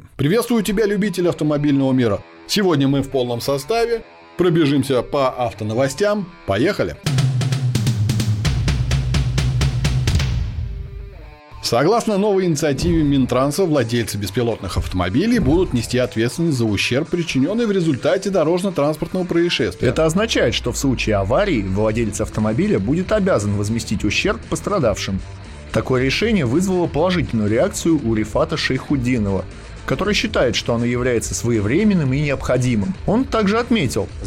Приветствую тебя, любитель автомобильного мира. Сегодня мы в полном составе. Пробежимся по автоновостям. Поехали! Согласно новой инициативе Минтранса, владельцы беспилотных автомобилей будут нести ответственность за ущерб, причиненный в результате дорожно-транспортного происшествия. Это означает, что в случае аварии владелец автомобиля будет обязан возместить ущерб пострадавшим. Такое решение вызвало положительную реакцию у Рифата Шейхутдинова, который считает, что оно является своевременным и необходимым. Он также отметил: с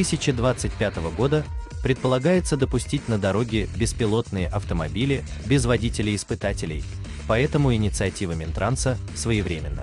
2025 года предполагается допустить на дороге беспилотные автомобили без водителей-испытателей, поэтому инициатива Минтранса своевременна.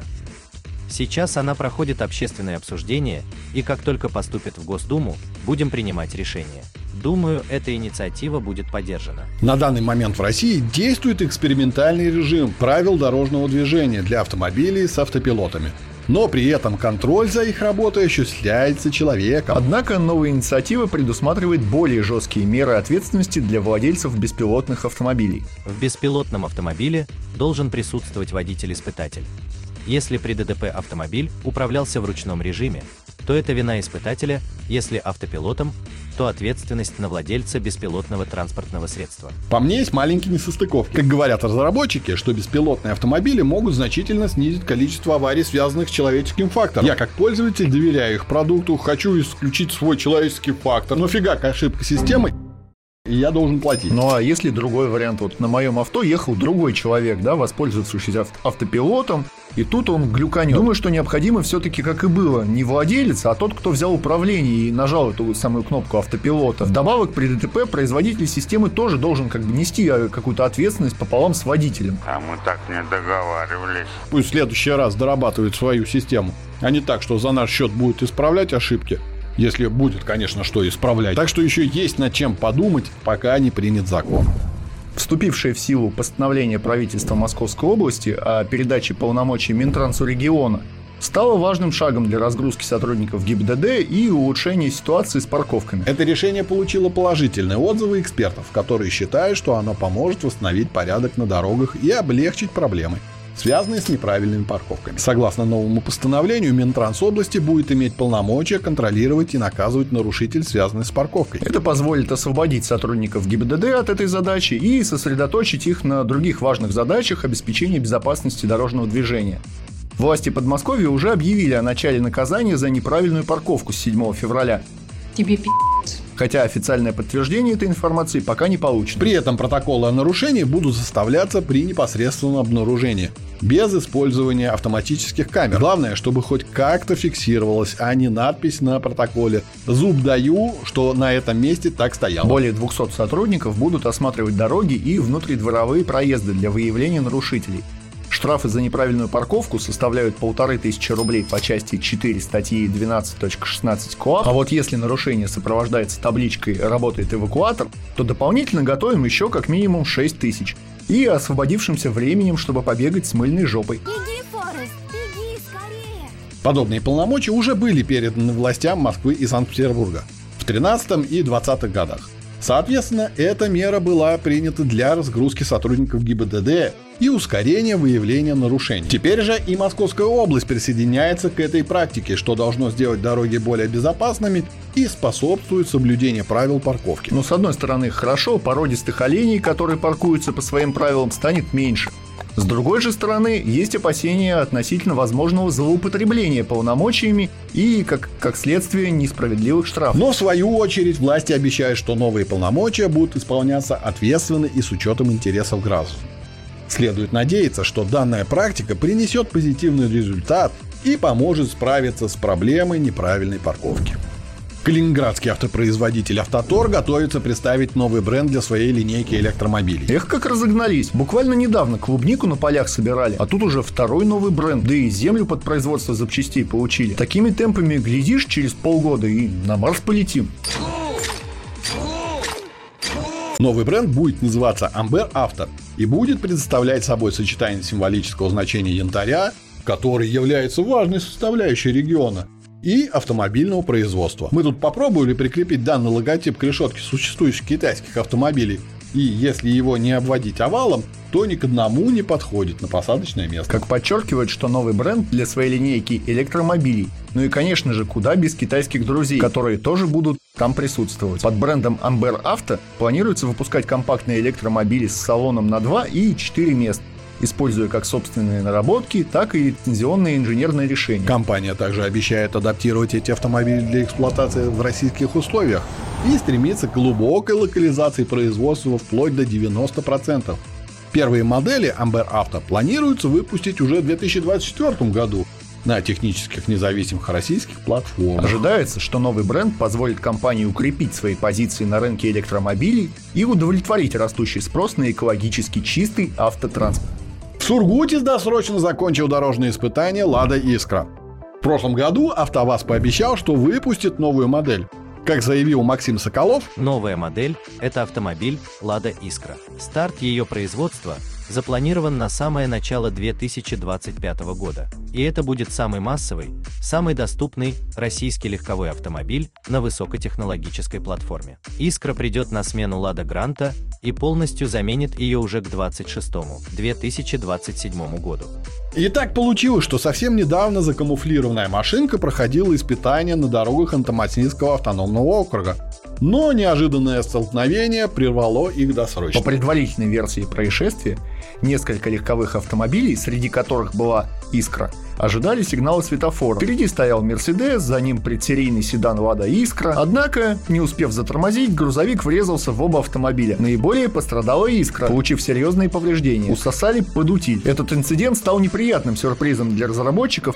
Сейчас она проходит общественное обсуждение, и как только поступит в Госдуму, будем принимать решение. Думаю, эта инициатива будет поддержана. На данный момент в России действует экспериментальный режим правил дорожного движения для автомобилей с автопилотами. Но при этом контроль за их работой осуществляется человеком. Однако новая инициатива предусматривает более жесткие меры ответственности для владельцев беспилотных автомобилей. В беспилотном автомобиле должен присутствовать водитель-испытатель. Если при ДТП автомобиль управлялся в ручном режиме, то это вина испытателя, если автопилотом, то ответственность на владельца беспилотного транспортного средства. По мне есть маленькие несостыковки. Как говорят разработчики, что беспилотные автомобили могут значительно снизить количество аварий, связанных с человеческим фактором. Я как пользователь доверяю их продукту, хочу исключить свой человеческий фактор. Но фига, ошибка системы, и я должен платить. Ну а если другой вариант? Вот на моем авто ехал другой человек, воспользовавшийся автопилотом, и тут он глюканет. Думаю, что необходимо все-таки, как и было, не владелец, а тот, кто взял управление и нажал эту самую кнопку автопилота. Вдобавок, при ДТП производитель системы тоже должен нести какую-то ответственность пополам с водителем. А мы так не договаривались. Пусть в следующий раз дорабатывает свою систему, а не так, что за наш счет будет исправлять ошибки. Если будет, конечно, что исправлять. Так что еще есть над чем подумать, пока не принят закон. Вступившее в силу постановление правительства Московской области о передаче полномочий Минтрансу региона стало важным шагом для разгрузки сотрудников ГИБДД и улучшения ситуации с парковками. Это решение получило положительные отзывы экспертов, которые считают, что оно поможет восстановить порядок на дорогах и облегчить проблемы, связанные с неправильными парковками. Согласно новому постановлению, Минтранс области будет иметь полномочия контролировать и наказывать нарушителей, связанных с парковкой. Это позволит освободить сотрудников ГИБДД от этой задачи и сосредоточить их на других важных задачах обеспечения безопасности дорожного движения. Власти Подмосковья уже объявили о начале наказания за неправильную парковку с 7 февраля. Тебе Хотя официальное подтверждение этой информации пока не получено. При этом протоколы о нарушении будут составляться при непосредственном обнаружении, без использования автоматических камер. Главное, чтобы хоть как-то фиксировалось, а не надпись на протоколе «Зуб даю, что на этом месте так стояло». Более 200 сотрудников будут осматривать дороги и внутридворовые проезды для выявления нарушителей. Штрафы за неправильную парковку составляют 1500 рублей по части 4 статьи 12.16 КоАП. А вот если нарушение сопровождается табличкой «Работает эвакуатор», то дополнительно готовим еще как минимум 6000 и освободившимся временем, чтобы побегать с мыльной жопой. Беги, Форест, беги скорее! Подобные полномочия уже были переданы властям Москвы и Санкт-Петербурга в 2013 и 2020 годах. Соответственно, эта мера была принята для разгрузки сотрудников ГИБДД и ускорения выявления нарушений. Теперь же и Московская область присоединяется к этой практике, что должно сделать дороги более безопасными и способствует соблюдению правил парковки. Но с одной стороны хорошо, породистых оленей, которые паркуются по своим правилам, станет меньше. С другой же стороны, есть опасения относительно возможного злоупотребления полномочиями и, как следствие, несправедливых штрафов. Но в свою очередь власти обещают, что новые полномочия будут исполняться ответственно и с учетом интересов граждан. Следует надеяться, что данная практика принесет позитивный результат и поможет справиться с проблемой неправильной парковки. Калининградский автопроизводитель «Автотор» готовится представить новый бренд для своей линейки электромобилей. Эх, как разогнались. Буквально недавно клубнику на полях собирали, а тут уже второй новый бренд, да и землю под производство запчастей получили. Такими темпами, глядишь, через полгода и на Марс полетим. Новый бренд будет называться Amber Auto и будет представлять собой сочетание символического значения янтаря, который является важной составляющей региона, и автомобильного производства. Мы тут попробовали прикрепить данный логотип к решетке существующих китайских автомобилей, и если его не обводить овалом, что ни к одному не подходит на посадочное место. Как подчеркивает, что новый бренд для своей линейки электромобилей. Ну и, конечно же, куда без китайских друзей, которые тоже будут там присутствовать. Под брендом Amber Auto планируется выпускать компактные электромобили с салоном на 2 и 4 места, используя как собственные наработки, так и лицензионные инженерные решения. Компания также обещает адаптировать эти автомобили для эксплуатации в российских условиях и стремится к глубокой локализации производства вплоть до 90%. Первые модели Amber Auto планируется выпустить уже в 2024 году на технических независимых российских платформах. Ожидается, что новый бренд позволит компании укрепить свои позиции на рынке электромобилей и удовлетворить растущий спрос на экологически чистый автотранспорт. В Сургуте досрочно закончил дорожные испытания «Лада Искра». В прошлом году АвтоВАЗ пообещал, что выпустит новую модель. Как заявил Максим Соколов, новая модель – это автомобиль «Лада Искра». Старт ее производства запланирован на самое начало 2025 года. И это будет самый массовый, самый доступный российский легковой автомобиль на высокотехнологической платформе. Искра придет на смену Лада Гранта и полностью заменит ее уже к 2027 году. И так получилось, что совсем недавно закамуфлированная машинка проходила испытания на дорогах Ханты-Мансийского автономного округа. Но неожиданное столкновение прервало их досрочно. По предварительной версии происшествия, несколько легковых автомобилей, среди которых была Искра, ожидали сигнала светофора. Впереди стоял Мерседес, за ним предсерийный седан Лада Искра. Однако, не успев затормозить, грузовик врезался в оба автомобиля. Наиболее пострадала Искра, получив серьезные повреждения. Усосали под утиль. Этот инцидент стал неприятным сюрпризом для разработчиков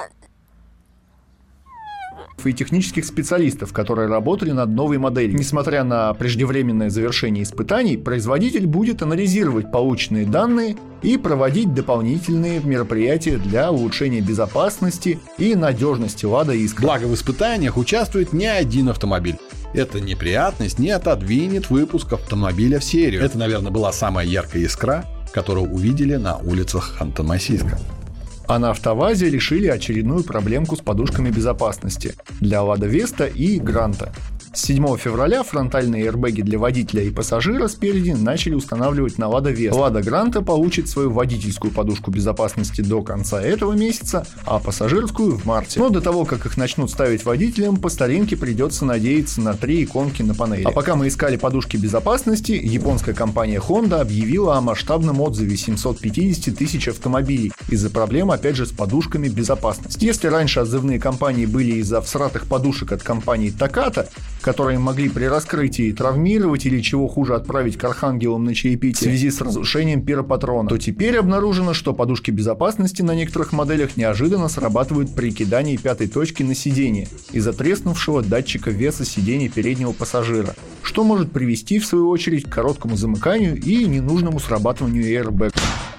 и технических специалистов, которые работали над новой моделью. Несмотря на преждевременное завершение испытаний, производитель будет анализировать полученные данные и проводить дополнительные мероприятия для улучшения безопасности и надежности Лада Искра. Благо в испытаниях участвует не один автомобиль. Эта неприятность не отодвинет выпуск автомобиля в серию. Это, наверное, была самая яркая Искра, которую увидели на улицах Ханты-Мансийска. А на АвтоВАЗе решили очередную проблемку с подушками безопасности для Лада Веста и Гранта. С 7 февраля фронтальные эрбэги для водителя и пассажира спереди начали устанавливать на Лада Веста. Лада Гранта получит свою водительскую подушку безопасности до конца этого месяца, а пассажирскую в марте. Но до того, как их начнут ставить водителям, по старинке придется надеяться на 3 иконки на панели. А пока мы искали подушки безопасности, японская компания Honda объявила о масштабном отзыве 750 тысяч автомобилей из-за проблем, опять же, с подушками безопасности. Если раньше отзывные компании были из-за всратых подушек от компании Takata, которые могли при раскрытии травмировать или, чего хуже, отправить к архангелам на чаепитие в связи с разрушением пиропатрона, то теперь обнаружено, что подушки безопасности на некоторых моделях неожиданно срабатывают при кидании пятой точки на сиденье из-за треснувшего датчика веса сиденья переднего пассажира, что может привести, в свою очередь, к короткому замыканию и ненужному срабатыванию airbag.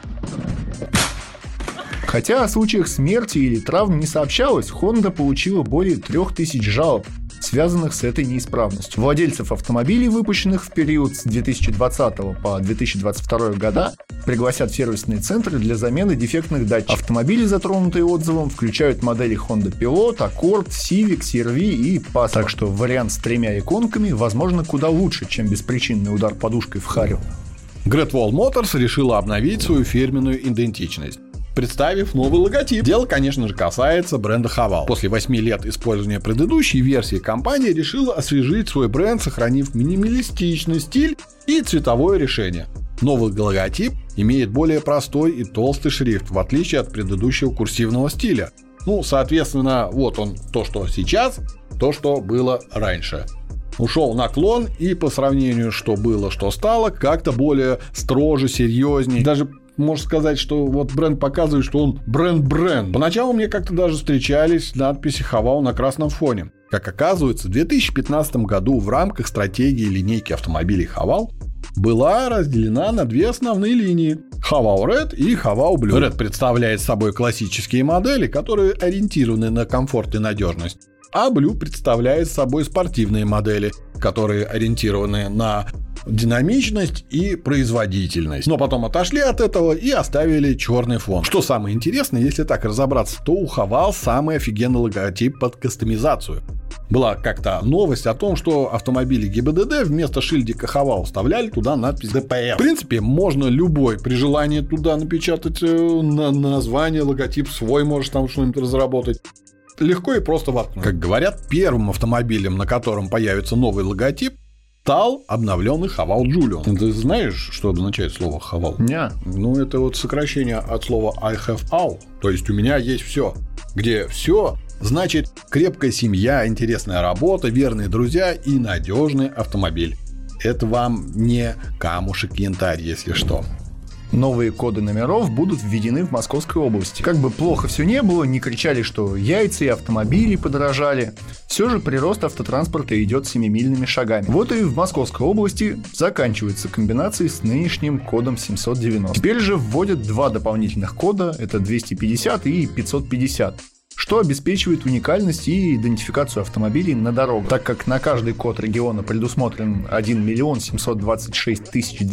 Хотя о случаях смерти или травм не сообщалось, Honda получила более 3000 жалоб, связанных с этой неисправностью. Владельцев автомобилей, выпущенных в период с 2020 по 2022 года, пригласят в сервисные центры для замены дефектных датчиков. Автомобили, затронутые отзывом, включают модели Honda Pilot, Accord, Civic, CR-V и Passat. Так что вариант с 3 иконками, возможно, куда лучше, чем беспричинный удар подушкой в харю. Great Wall Motors решила обновить свою фирменную идентичность, представив новый логотип. Дело, конечно же, касается бренда Haval. После 8 лет использования предыдущей версии компания решила освежить свой бренд, сохранив минималистичный стиль и цветовое решение. Новый логотип имеет более простой и толстый шрифт, в отличие от предыдущего курсивного стиля. Соответственно, вот он, то, что сейчас, то, что было раньше. Ушел наклон, и по сравнению, что было, что стало, как-то более строже, серьезнее. Даже можно сказать, что вот бренд показывает, что он бренд-бренд. Поначалу мне как-то даже встречались надписи Haval на красном фоне. Как оказывается, в 2015 году в рамках стратегии линейки автомобилей Haval была разделена на 2 основные линии – Haval Red и Haval Blue. Red представляет собой классические модели, которые ориентированы на комфорт и надежность. А Blue представляет собой спортивные модели, которые ориентированы на динамичность и производительность. Но потом отошли от этого и оставили черный фон. Что самое интересное, если так разобраться, то у Haval самый офигенный логотип под кастомизацию. Была как-то новость о том, что автомобили ГИБДД вместо шильдика Хавал вставляли туда надпись ДПС. В принципе, можно любой при желании туда напечатать название, логотип свой, можешь там что-нибудь разработать. Легко и просто воткнуть. Как говорят, первым автомобилем, на котором появится новый логотип, стал обновленный Хавал Джулио. Ты знаешь, что обозначает слово Хавал? Не. Ну, это вот сокращение от слова I have all. То есть у меня есть все. Где все значит крепкая семья, интересная работа, верные друзья и надежный автомобиль. Это вам не камушек янтарь, если что. Новые коды номеров будут введены в Московской области. Как бы плохо все не было, не кричали, что яйца и автомобили подорожали. Все же прирост автотранспорта идет семимильными шагами. Вот и в Московской области заканчиваются комбинации с нынешним кодом 790. Теперь же вводят два дополнительных кода, это 250 и 550. Что обеспечивает уникальность и идентификацию автомобилей на дорогах. Так как на каждый код региона предусмотрен 1 726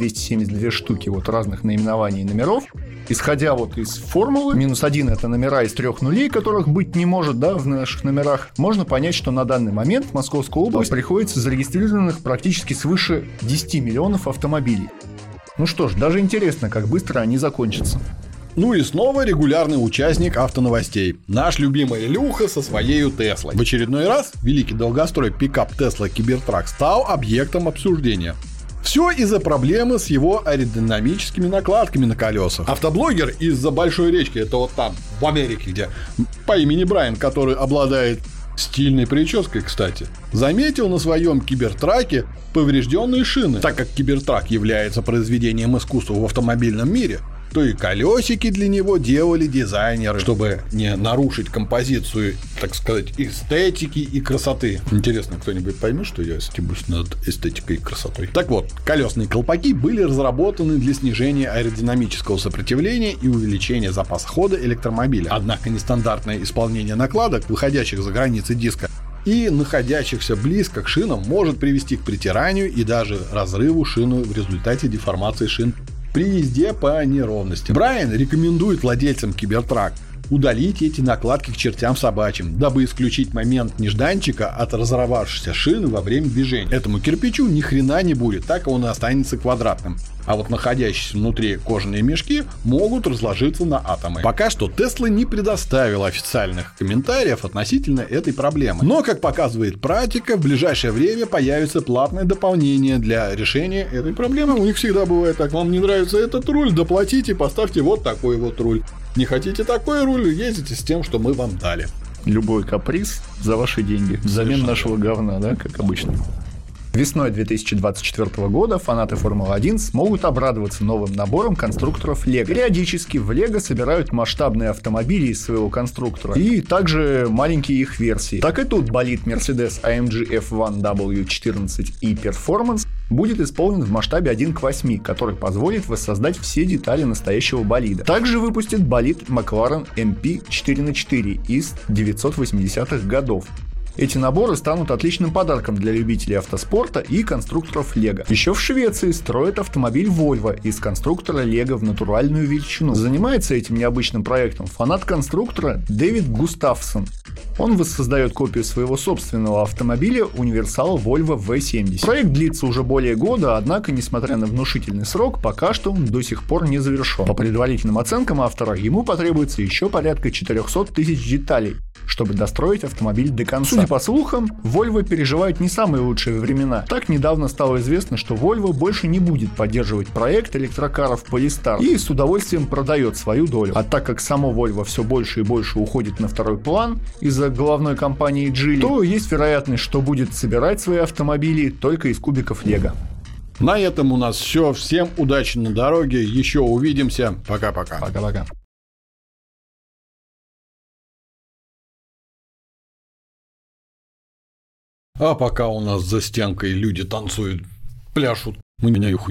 272 штуки разных наименований номеров, исходя из формулы, -1 это номера из 3 нулей, которых быть не может, в наших номерах, можно понять, что на данный момент в Московскую область приходится зарегистрированных практически свыше 10 миллионов автомобилей. Ну что ж, даже интересно, как быстро они закончатся. Ну и снова регулярный участник автоновостей. Наш любимый Илюха со своей Теслой. В очередной раз великий долгострой пикап Tesla Cybertruck стал объектом обсуждения. Все из-за проблемы с его аэродинамическими накладками на колесах. Автоблогер из-за большой речки, это вот там, в Америке, где по имени Брайан, который обладает стильной прической, кстати, заметил на своем кибертраке поврежденные шины. Так как кибертрак является произведением искусства в автомобильном мире, то и колесики для него делали дизайнеры, чтобы не нарушить композицию, так сказать, эстетики и красоты. Интересно, кто-нибудь поймет, что я стебусь над эстетикой и красотой? Так вот, колесные колпаки были разработаны для снижения аэродинамического сопротивления и увеличения запаса хода электромобиля. Однако нестандартное исполнение накладок, выходящих за границы диска, и находящихся близко к шинам, может привести к притиранию и даже разрыву шины в результате деформации шин при езде по неровностям. Брайан рекомендует владельцам Cybertruck удалить эти накладки к чертям собачьим, дабы исключить момент нежданчика от разорвавшейся шины во время движения. Этому кирпичу ни хрена не будет, так он и останется квадратным. А вот находящиеся внутри кожаные мешки могут разложиться на атомы. Пока что Tesla не предоставила официальных комментариев относительно этой проблемы. Но, как показывает практика, в ближайшее время появится платное дополнение для решения этой проблемы. У них всегда бывает так: вам не нравится этот руль, доплатите, поставьте вот такой вот руль. Не хотите такой руль, ездите с тем, что мы вам дали. Любой каприз за ваши деньги. Взамен нашего говна, как обычно. Весной 2024 года фанаты Формулы-1 смогут обрадоваться новым набором конструкторов LEGO. Периодически в LEGO собирают масштабные автомобили из своего конструктора и также маленькие их версии. Так и тут болид Mercedes AMG F1 W14 и Performance будет исполнен в масштабе 1:8, который позволит воссоздать все детали настоящего болида. Также выпустит болид McLaren MP 4х4 из 980-х годов. Эти наборы станут отличным подарком для любителей автоспорта и конструкторов LEGO. Еще в Швеции строят автомобиль Volvo из конструктора LEGO в натуральную величину. Занимается этим необычным проектом фанат конструктора Дэвид Густавсон. Он воссоздает копию своего собственного автомобиля универсала Volvo V70. Проект длится уже более года, однако, несмотря на внушительный срок, пока что он до сих пор не завершен. По предварительным оценкам автора, ему потребуется еще порядка 400 тысяч деталей, чтобы достроить автомобиль до конца. Судя по слухам, Volvo переживает не самые лучшие времена. Так недавно стало известно, что Volvo больше не будет поддерживать проект электрокаров Polestar и с удовольствием продает свою долю. А так как само Volvo все больше и больше уходит на второй план из-за головной компании Geely, то есть вероятность, что будет собирать свои автомобили только из кубиков LEGO. На этом у нас все. Всем удачи на дороге. Еще увидимся. Пока-пока. Пока-пока. А пока у нас за стенкой люди танцуют, пляшут, мы меняем